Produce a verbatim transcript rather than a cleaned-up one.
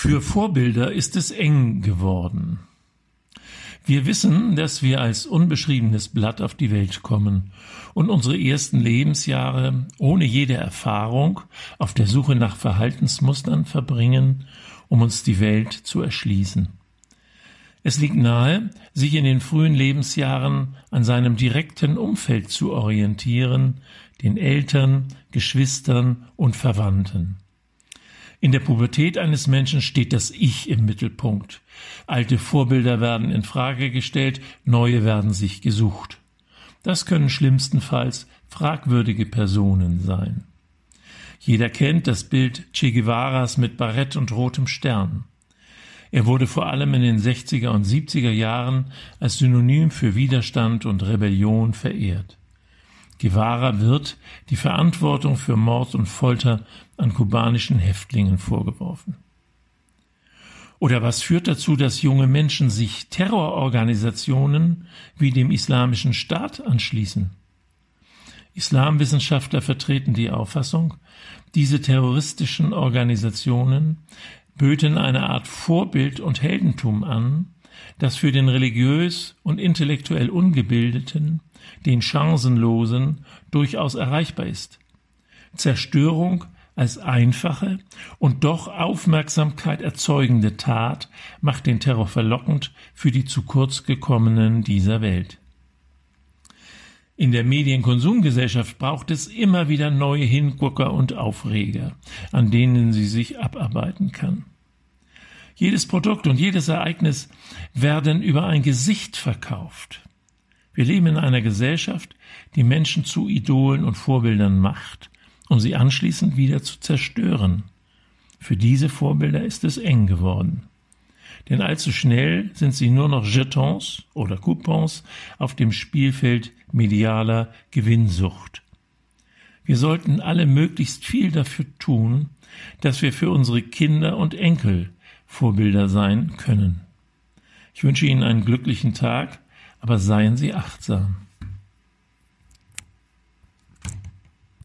Für Vorbilder ist es eng geworden. Wir wissen, dass wir als unbeschriebenes Blatt auf die Welt kommen und unsere ersten Lebensjahre ohne jede Erfahrung auf der Suche nach Verhaltensmustern verbringen, um uns die Welt zu erschließen. Es liegt nahe, sich in den frühen Lebensjahren an seinem direkten Umfeld zu orientieren, den Eltern, Geschwistern und Verwandten. In der Pubertät eines Menschen steht das Ich im Mittelpunkt. Alte Vorbilder werden in Frage gestellt, neue werden sich gesucht. Das können schlimmstenfalls fragwürdige Personen sein. Jeder kennt das Bild Che Guevaras mit Barett und rotem Stern. Er wurde vor allem in den sechziger und siebziger Jahren als Synonym für Widerstand und Rebellion verehrt. Guevara wird die Verantwortung für Mord und Folter an kubanischen Häftlingen vorgeworfen. Oder was führt dazu, dass junge Menschen sich Terrororganisationen wie dem Islamischen Staat anschließen? Islamwissenschaftler vertreten die Auffassung, diese terroristischen Organisationen böten eine Art Vorbild und Heldentum an, das für den religiös und intellektuell Ungebildeten, den Chancenlosen, durchaus erreichbar ist. Zerstörung als einfache und doch Aufmerksamkeit erzeugende Tat macht den Terror verlockend für die zu kurz gekommenen dieser Welt. In der Medienkonsumgesellschaft braucht es immer wieder neue Hingucker und Aufreger, an denen sie sich abarbeiten kann. Jedes Produkt und jedes Ereignis werden über ein Gesicht verkauft. Wir leben in einer Gesellschaft, die Menschen zu Idolen und Vorbildern macht, um sie anschließend wieder zu zerstören. Für diese Vorbilder ist es eng geworden. Denn allzu schnell sind sie nur noch Jetons oder Coupons auf dem Spielfeld medialer Gewinnsucht. Wir sollten alle möglichst viel dafür tun, dass wir für unsere Kinder und Enkel Vorbilder sein können. Ich wünsche Ihnen einen glücklichen Tag, aber seien Sie achtsam.